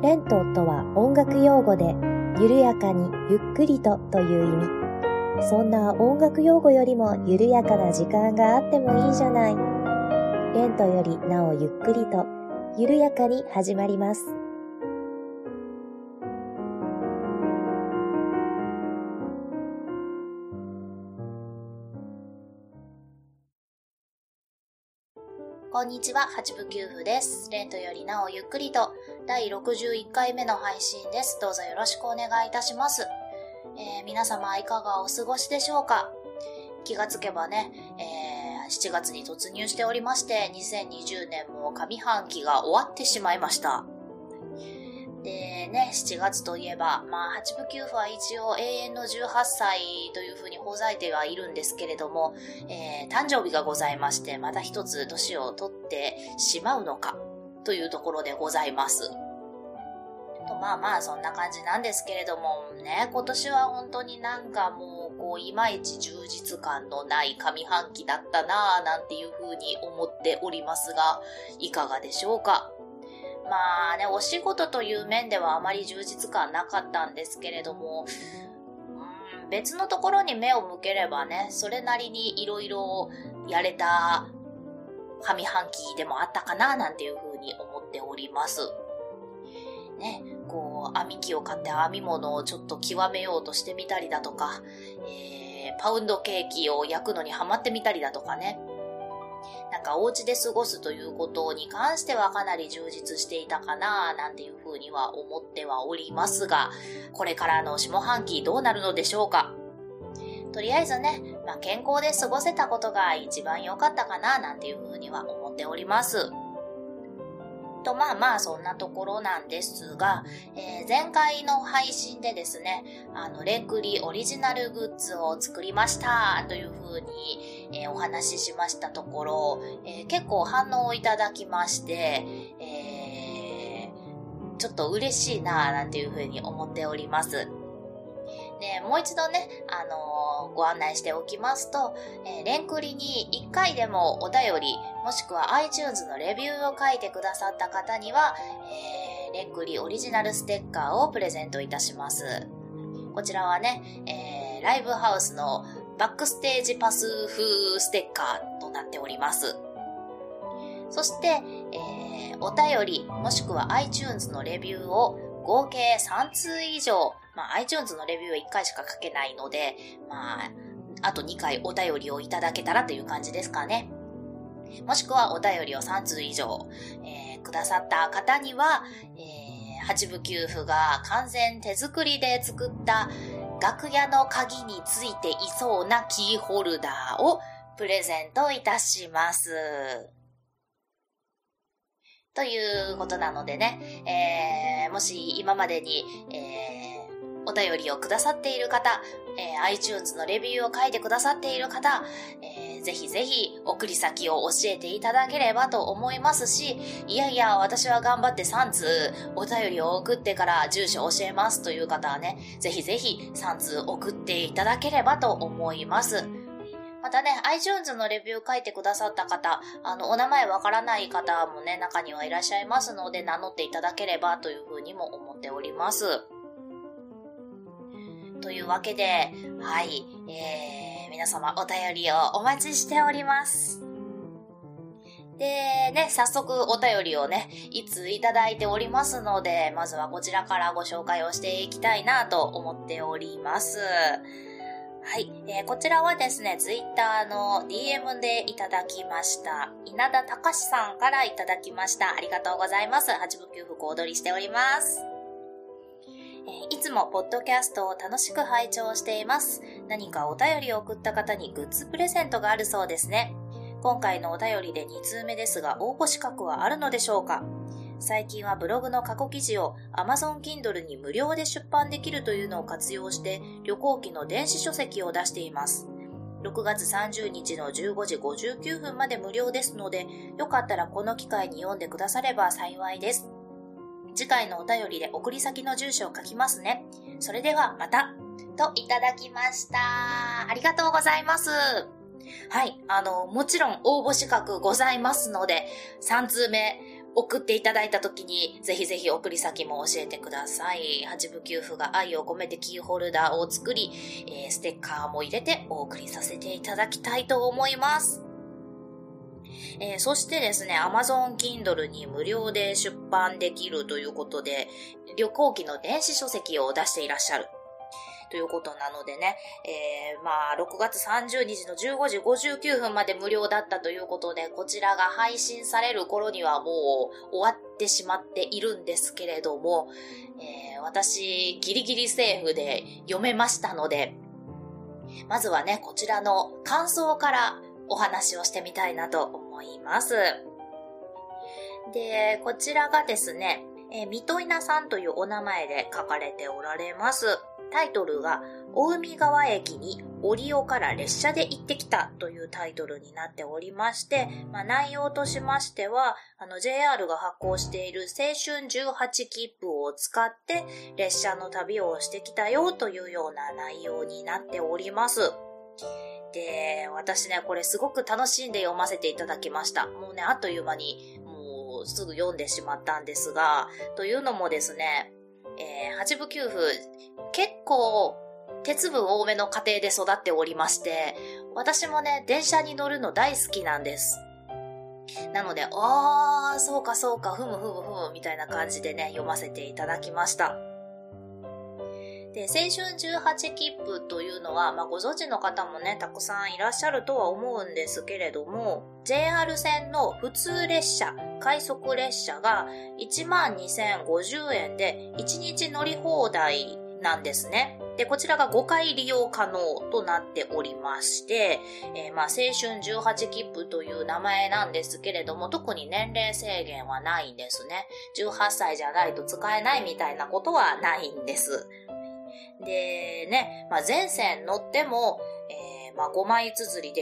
レントとは音楽用語で、緩やかにゆっくりとという意味。そんな音楽用語よりも緩やかな時間があってもいいじゃない。レントよりなおゆっくりと、緩やかに始まります。 こんにちは、八部九夫です。レントよりなおゆっくりと第61回目の配信です。どうぞよろしくお願いいたします。皆様いかがお過ごしでしょうか。気がつけばね、7月に突入しておりまして、2020年も上半期が終わってしまいました。でね、7月といえば、八部九夫は一応永遠の18歳というふうにほざいてはいるんですけれども、誕生日がございまして、また一つ年を取ってしまうのかというところでございます。とそんな感じなんですけれどもね、今年は本当になんかもういまいち充実感のない上半期だったなぁなんていうふうに思っておりますが、いかがでしょうか。お仕事という面ではあまり充実感なかったんですけれども、別のところに目を向ければね、それなりにいろいろやれた上半期でもあったかななんていうふうに思っております。ね、編み機を買って編み物をちょっと極めようとしてみたりだとか、パウンドケーキを焼くのにハマってみたりだとかね、なんかお家で過ごすということに関してはかなり充実していたかななんていうふうには思ってはおりますが、これからの下半期どうなるのでしょうか。とりあえずね、健康で過ごせたことが一番良かったかななんていうふうには思っております。とそんなところなんですが、前回の配信でですね、レンクリオリジナルグッズを作りましたというふうに、お話ししましたところ、結構反応をいただきまして、ちょっと嬉しいななんていうふうに思っております。で、もう一度ね、ご案内しておきますと、レンクリに1回でもお便り、もしくは iTunes のレビューを書いてくださった方には、レンクリオリジナルステッカーをプレゼントいたします。こちらはね、ライブハウスのバックステージパス風ステッカーとなっております。そして、お便り、もしくは iTunes のレビューを合計3通以上、iTunes のレビューは1回しか書けないので、あと2回お便りをいただけたらという感じですかね。もしくはお便りを3通以上、くださった方には、八部九夫が完全手作りで作った楽屋の鍵についていそうなキーホルダーをプレゼントいたします。ということなのでね、もし今までに、お便りをくださっている方、iTunes のレビューを書いてくださっている方、ぜひぜひ送り先を教えていただければと思いますし、いやいや私は頑張って3通お便りを送ってから住所教えますという方はね、ぜひぜひ3通送っていただければと思います。またね、iTunes のレビュー書いてくださった方、お名前わからない方もね、中にはいらっしゃいますので、名乗っていただければというふうにも思っております。というわけで、はい、皆様お便りをお待ちしております。でね、早速お便りをね、いついただいておりますので、まずはこちらからご紹介をしていきたいなと思っております。はい、こちらはですね、Twitter の DM でいただきました。稲田隆さんからいただきました。ありがとうございます。八部九夫小躍りしております。いつもポッドキャストを楽しく拝聴しています。何かお便りを送った方にグッズプレゼントがあるそうですね。今回のお便りで2通目ですが、応募資格はあるのでしょうか？最近はブログの過去記事を Amazon Kindle に無料で出版できるというのを活用して旅行記の電子書籍を出しています。6月30日の15時59分まで無料ですので、よかったらこの機会に読んでくだされば幸いです。次回のお便りで送り先の住所を書きますね。それではまたといただきました。ありがとうございます。はい、もちろん応募資格ございますので、3通目送っていただいた時に、ぜひぜひ送り先も教えてください。八部給付が愛を込めてキーホルダーを作り、ステッカーも入れてお送りさせていただきたいと思います。そしてですね、Amazon Kindle に無料で出版できるということで、旅行記の電子書籍を出していらっしゃるということなのでね、6月30日の15時59分まで無料だったということで、こちらが配信される頃にはもう終わってしまっているんですけれども、私ギリギリセーフで読めましたので、まずはね、こちらの感想からお話をしてみたいなと思います。で、こちらがですね、みといなさんというお名前で書かれておられます。タイトルが、大海川駅に折尾から列車で行ってきたというタイトルになっておりまして、内容としましては、JR が発行している青春18切符を使って列車の旅をしてきたよというような内容になっております。で、私ね、これすごく楽しんで読ませていただきました。もうね、あっという間にもうすぐ読んでしまったんですが、というのもですね、八部給付、結構鉄分多めの家庭で育っておりまして、私もね、電車に乗るの大好きなんです。なので、そうかそうか、ふむふむふむみたいな感じでね、読ませていただきました。で、青春18切符というのは、ご存知の方もね、たくさんいらっしゃるとは思うんですけれども、JR 線の普通列車、快速列車が 12,050 円で1日乗り放題なんですね。で、こちらが5回利用可能となっておりまして、青春18切符という名前なんですけれども、特に年齢制限はないんですね。18歳じゃないと使えないみたいなことはないんです。でね、全線乗っても、5枚綴りで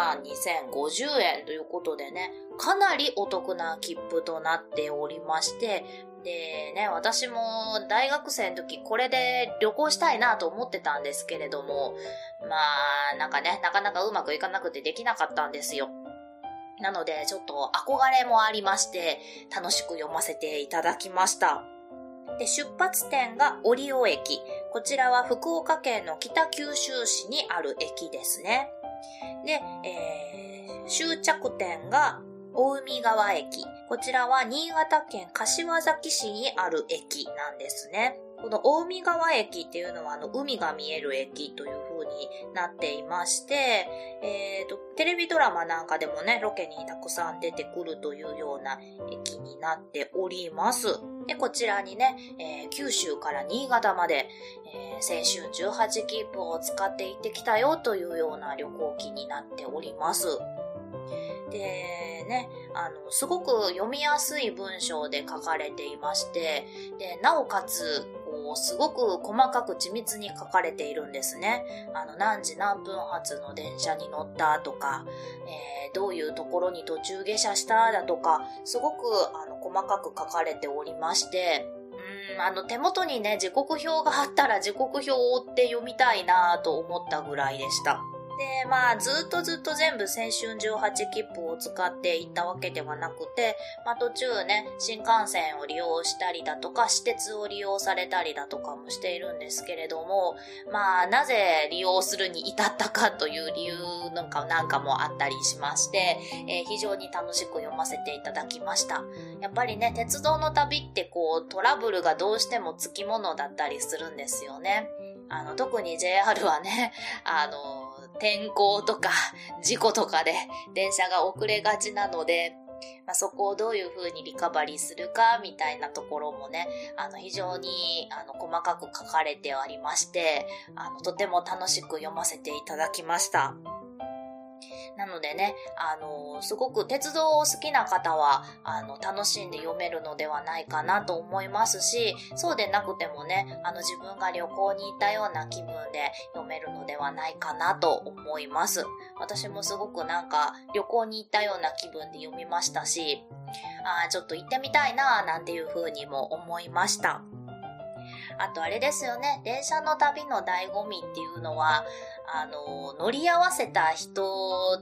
12,050 円ということでね、かなりお得な切符となっておりまして、でね、私も大学生の時これで旅行したいなと思ってたんですけれども、なんかね、なかなかうまくいかなくてできなかったんですよ。なのでちょっと憧れもありまして、楽しく読ませていただきました。で、出発点が折尾駅。こちらは福岡県の北九州市にある駅ですね。で、終着点が大海川駅。こちらは新潟県柏崎市にある駅なんですね。この大海川駅っていうのは海が見える駅という風になっていまして、テレビドラマなんかでもね、ロケにたくさん出てくるというような駅になっております。で、こちらにね、九州から新潟まで、青春18切符を使って行ってきたよというような旅行記になっております。でね、すごく読みやすい文章で書かれていまして、で、なおかつ、すごく細かく緻密に書かれているんですね。何時何分発の電車に乗ったとか、どういうところに途中下車しただとか、すごく細かく書かれておりまして、手元にね、時刻表があったら時刻表を追って読みたいなと思ったぐらいでした。で、ずっと全部青春18切符を使って行ったわけではなくて、途中ね、新幹線を利用したりだとか、私鉄を利用されたりだとかもしているんですけれども、なぜ利用するに至ったかという理由なんかもあったりしまして、非常に楽しく読ませていただきました。やっぱりね、鉄道の旅ってトラブルがどうしてもつきものだったりするんですよね。特に JR はね、天候とか事故とかで電車が遅れがちなので、そこをどういう風にリカバリーするかみたいなところもね、非常に細かく書かれてありまして、とても楽しく読ませていただきました。なのでね、すごく鉄道を好きな方は、楽しんで読めるのではないかなと思いますし、そうでなくてもね、自分が旅行に行ったような気分で読めるのではないかなと思います。私もすごく旅行に行ったような気分で読みましたし、ちょっと行ってみたいななんていう風にも思いました。あとあれですよね、電車の旅の醍醐味っていうのは、乗り合わせた人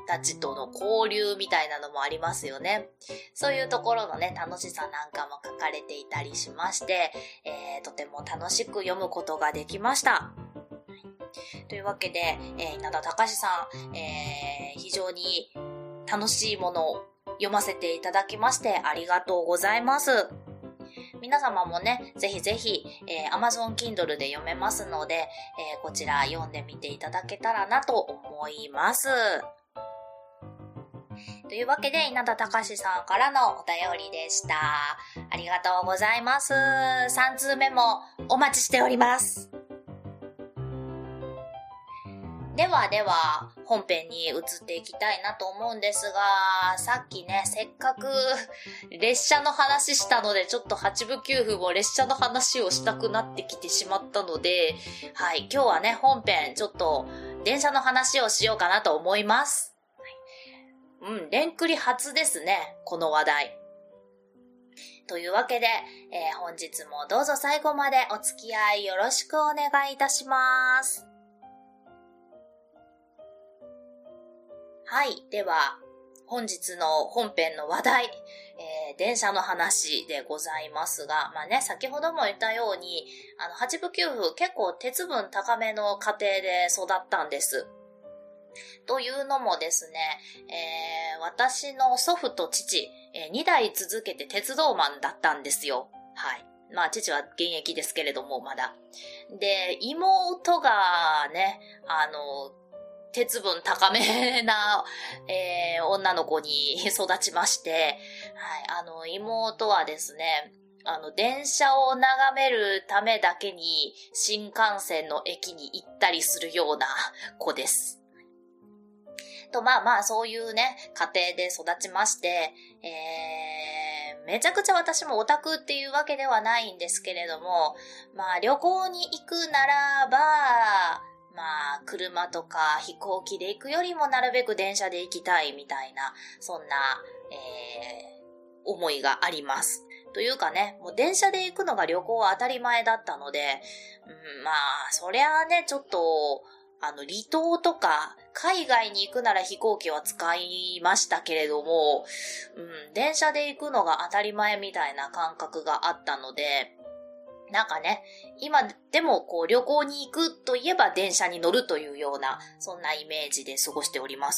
たちとの交流みたいなのもありますよね。そういうところのね、楽しさなんかも書かれていたりしまして、とても楽しく読むことができました。というわけで、稲田隆さん、非常に楽しいものを読ませていただきましてありがとうございます。皆様もね、ぜひぜひ、Amazon Kindle で読めますので、こちら読んでみていただけたらなと思います。というわけで、稲田隆さんからのお便りでした。ありがとうございます。3通目もお待ちしております。では、本編に移っていきたいなと思うんですが、さっきね、せっかく列車の話したので、ちょっと8部9部も列車の話をしたくなってきてしまったので、はい、今日はね、本編、ちょっと電車の話をしようかなと思います。レンクリ初ですね、この話題。というわけで、本日もどうぞ最後までお付き合いよろしくお願いいたします。はい。では、本日の本編の話題、電車の話でございますが、まあね、先ほども言ったように、8部9部結構鉄分高めの家庭で育ったんです。というのもですね、私の祖父と父、2代続けて鉄道マンだったんですよ。はい。まあ、父は現役ですけれども、まだ。で、妹がね、鉄分高めな、女の子に育ちまして、はい、妹はですね、電車を眺めるためだけに新幹線の駅に行ったりするような子です。と、まあ、そういうね、家庭で育ちまして、めちゃくちゃ私もオタクっていうわけではないんですけれども、まあ、旅行に行くならば、まあ、車とか飛行機で行くよりもなるべく電車で行きたいみたいな、そんな、思いがあります。というかね、もう電車で行くのが旅行は当たり前だったので、まあ、そりゃあね、ちょっと、離島とか、海外に行くなら飛行機は使いましたけれども、電車で行くのが当たり前みたいな感覚があったので、なんかね、今でもこう旅行に行くといえば電車に乗るというような、そんなイメージで過ごしております。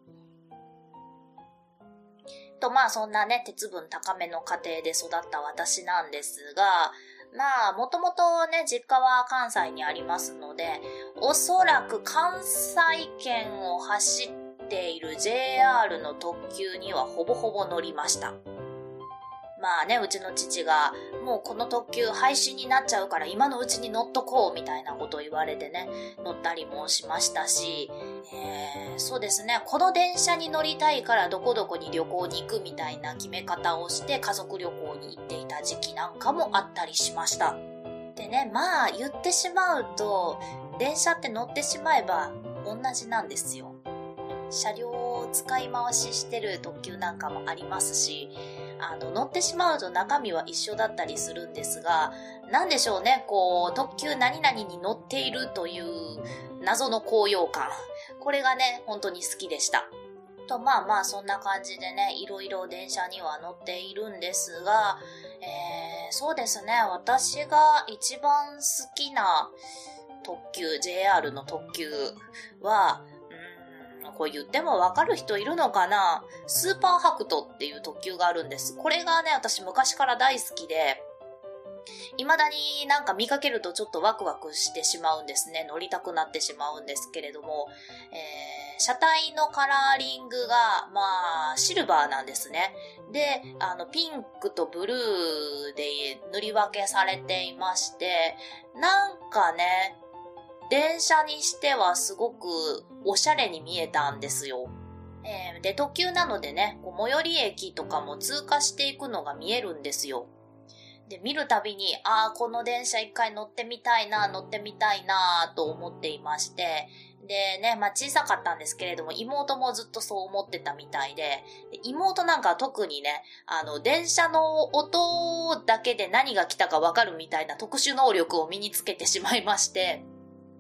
と、まあそんなね、鉄分高めの家庭で育った私なんですが、まあもともとね、実家は関西にありますので、おそらく関西圏を走っている JR の特急にはほぼほぼ乗りました。まあね、うちの父が、もうこの特急廃止になっちゃうから今のうちに乗っとこうみたいなことを言われてね、乗ったりもしましたし、そうですね、この電車に乗りたいからどこどこに旅行に行くみたいな決め方をして家族旅行に行っていた時期なんかもあったりしました。でね、まあ言ってしまうと、電車って乗ってしまえば同じなんですよ。車両を使い回ししてる特急なんかもありますし、乗ってしまうと中身は一緒だったりするんですが、なんでしょうね、こう、特急何々に乗っているという謎の高揚感。これがね、本当に好きでした。と、まあまあ、そんな感じでね、いろいろ電車には乗っているんですが、そうですね、私が一番好きな特急、JR の特急は、これ言ってもわかる人いるのかな？スーパーハクトっていう特急があるんです。これがね、私昔から大好きで、未だになんか見かけるとちょっとワクワクしてしまうんですね。乗りたくなってしまうんですけれども、車体のカラーリングが、まあ、シルバーなんですね。で、ピンクとブルーで塗り分けされていまして、なんかね、電車にしてはすごくおしゃれに見えたんですよ。で、特急なのでね、最寄り駅とかも通過していくのが見えるんですよ。で、見るたびに、この電車一回乗ってみたいなと思っていまして、でね、まあ小さかったんですけれども、妹もずっとそう思ってたみたいで、妹なんかは特にね、電車の音だけで何が来たかわかるみたいな特殊能力を身につけてしまいまして、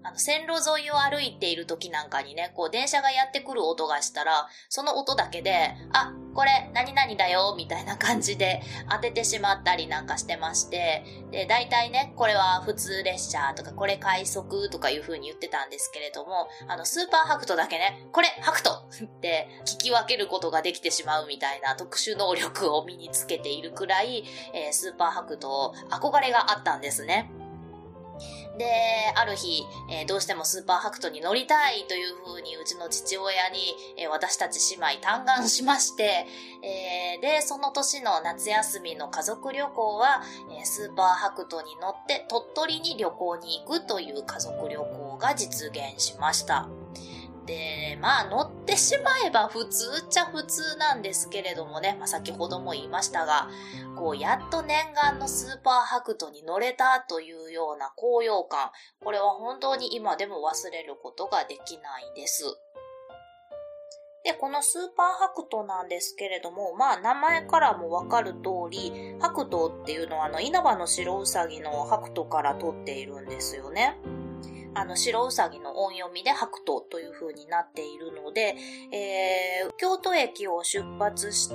線路沿いを歩いている時なんかにね、こう電車がやってくる音がしたら、その音だけで、あ、これ何々だよ、みたいな感じで当ててしまったりなんかしてまして、で、大体ね、これは普通列車とか、これ快速とかいう風に言ってたんですけれども、スーパーハクトだけね、これハクトって聞き分けることができてしまうみたいな特殊能力を身につけているくらい、スーパーハクト憧れがあったんですね。で、ある日、どうしてもスーパーハクトに乗りたいという風にうちの父親に、私たち姉妹嘆願しまして、で、その年の夏休みの家族旅行は、スーパーハクトに乗って鳥取に旅行に行くという家族旅行が実現しました。で、まあ乗ってしまえば普通っちゃ普通なんですけれどもね、先ほども言いましたが、こうやっと念願のスーパーハクトに乗れたというような高揚感、これは本当に今でも忘れることができないです。で、このスーパーハクトなんですけれども、名前からもわかる通り、ハクトっていうのは稲葉の白うさぎのハクトから取っているんですよね。白うさぎの音読みでハクトという風になっているので、京都駅を出発して、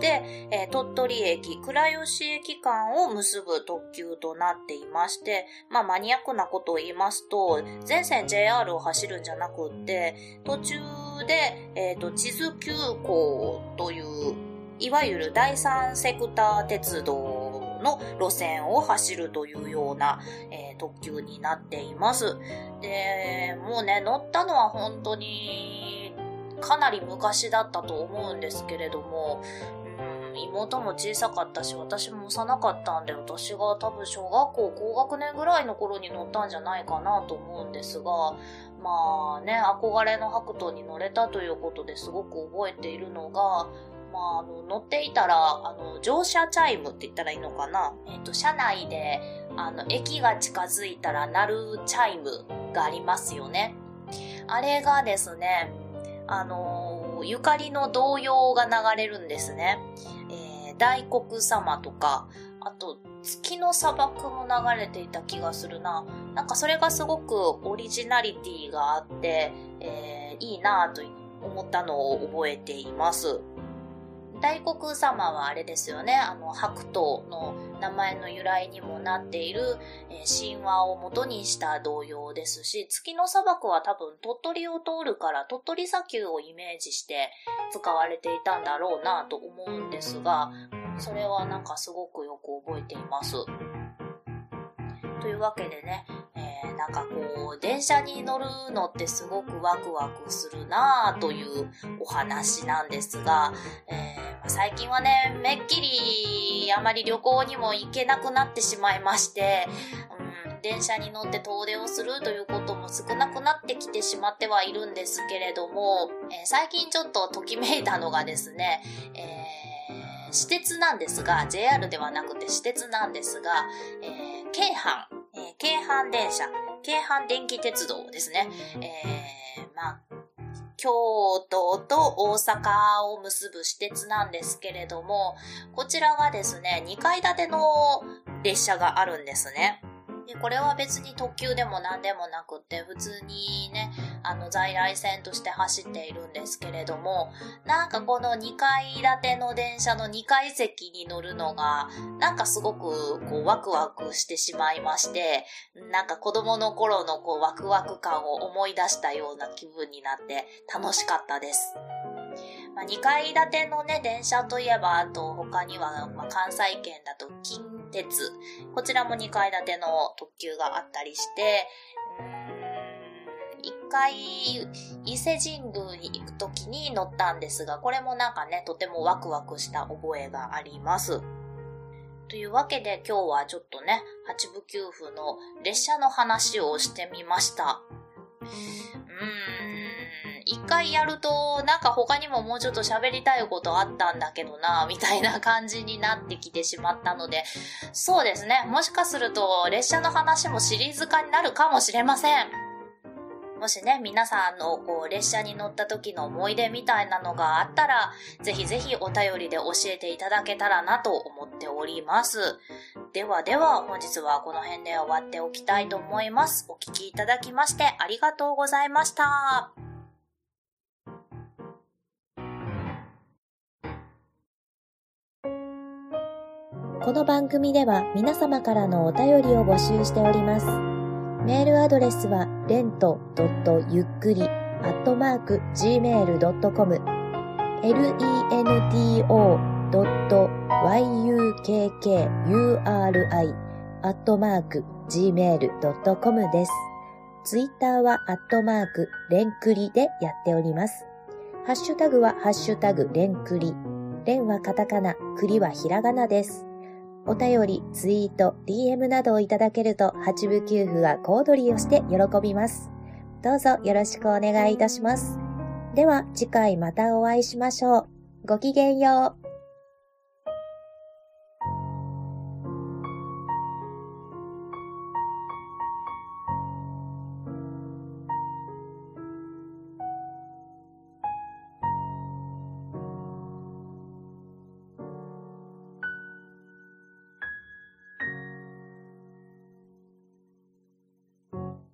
鳥取駅、倉吉駅間を結ぶ特急となっていまして、マニアックなことを言いますと、全線 JR を走るんじゃなくって、途中で、智頭急行という、いわゆる第三セクター鉄道の路線を走るというような、特急になっています。で、もうね、乗ったのは本当にかなり昔だったと思うんですけれども、妹も小さかったし、私も幼かったんで、私が多分小学校高学年ぐらいの頃に乗ったんじゃないかなと思うんですが、憧れのハクトに乗れたということですごく覚えているのが、乗っていたら、乗車チャイムって言ったらいいのかな？車内で、駅が近づいたら鳴るチャイムがありますよね。あれがですね、ゆかりの童謡が流れるんですね。大黒様とか、あと、月の砂漠も流れていた気がするな。なんかそれがすごくオリジナリティがあって、いいなぁと思ったのを覚えています。大黒様はあれですよね、白頭の名前の由来にもなっている、神話を元にした童謡ですし、月の砂漠は多分鳥取を通るから鳥取砂丘をイメージして使われていたんだろうなと思うんですが、それはなんかすごくよく覚えています。というわけでね、なんかこう電車に乗るのってすごくワクワクするなぁというお話なんですが、最近はね、めっきりあまり旅行にも行けなくなってしまいまして、電車に乗って遠出をするということも少なくなってきてしまってはいるんですけれども、最近ちょっとときめいたのがですね、私鉄なんですが、JR ではなくて私鉄なんですが、京阪電車、京阪電気鉄道ですね。京都と大阪を結ぶ私鉄なんですけれども、こちらがですね、2階建ての列車があるんですね。で、これは別に特急でも何でもなくって普通にね、在来線として走っているんですけれども、なんかこの2階建ての電車の2階席に乗るのがなんかすごくこうワクワクしてしまいまして、なんか子供の頃のこうワクワク感を思い出したような気分になって楽しかったです。2階建てのね、電車といえば、あと他には、関西圏だと近鉄。こちらも2階建ての特急があったりして、1回伊勢神宮に行くときに乗ったんですが、これもなんかね、とてもワクワクした覚えがあります。というわけで今日はちょっとね、八部九夫の列車の話をしてみました。一回やるとなんか他にももうちょっと喋りたいことあったんだけどなみたいな感じになってきてしまったので、そうですね、もしかすると列車の話もシリーズ化になるかもしれません。 もしね、皆さんの列車に乗った時の思い出みたいなのがあったら、ぜひぜひお便りで教えていただけたらなと思っております。ではでは、本日はこの辺で終わっておきたいと思います。お聞きいただきましてありがとうございました。 この番組では皆様からのお便りを募集しております。メールアドレスはlento.yukkuri@gmail.com lento.yukkuri@gmail.com です。ツイッターはレンクリでやっております。ハッシュタグはハッシュタグレンクリ。レンはカタカナ、クリはひらがなです。お便り、ツイート、DM などをいただけると八部九夫が小躍りをして喜びます。どうぞよろしくお願いいたします。では次回またお会いしましょう。ごきげんよう。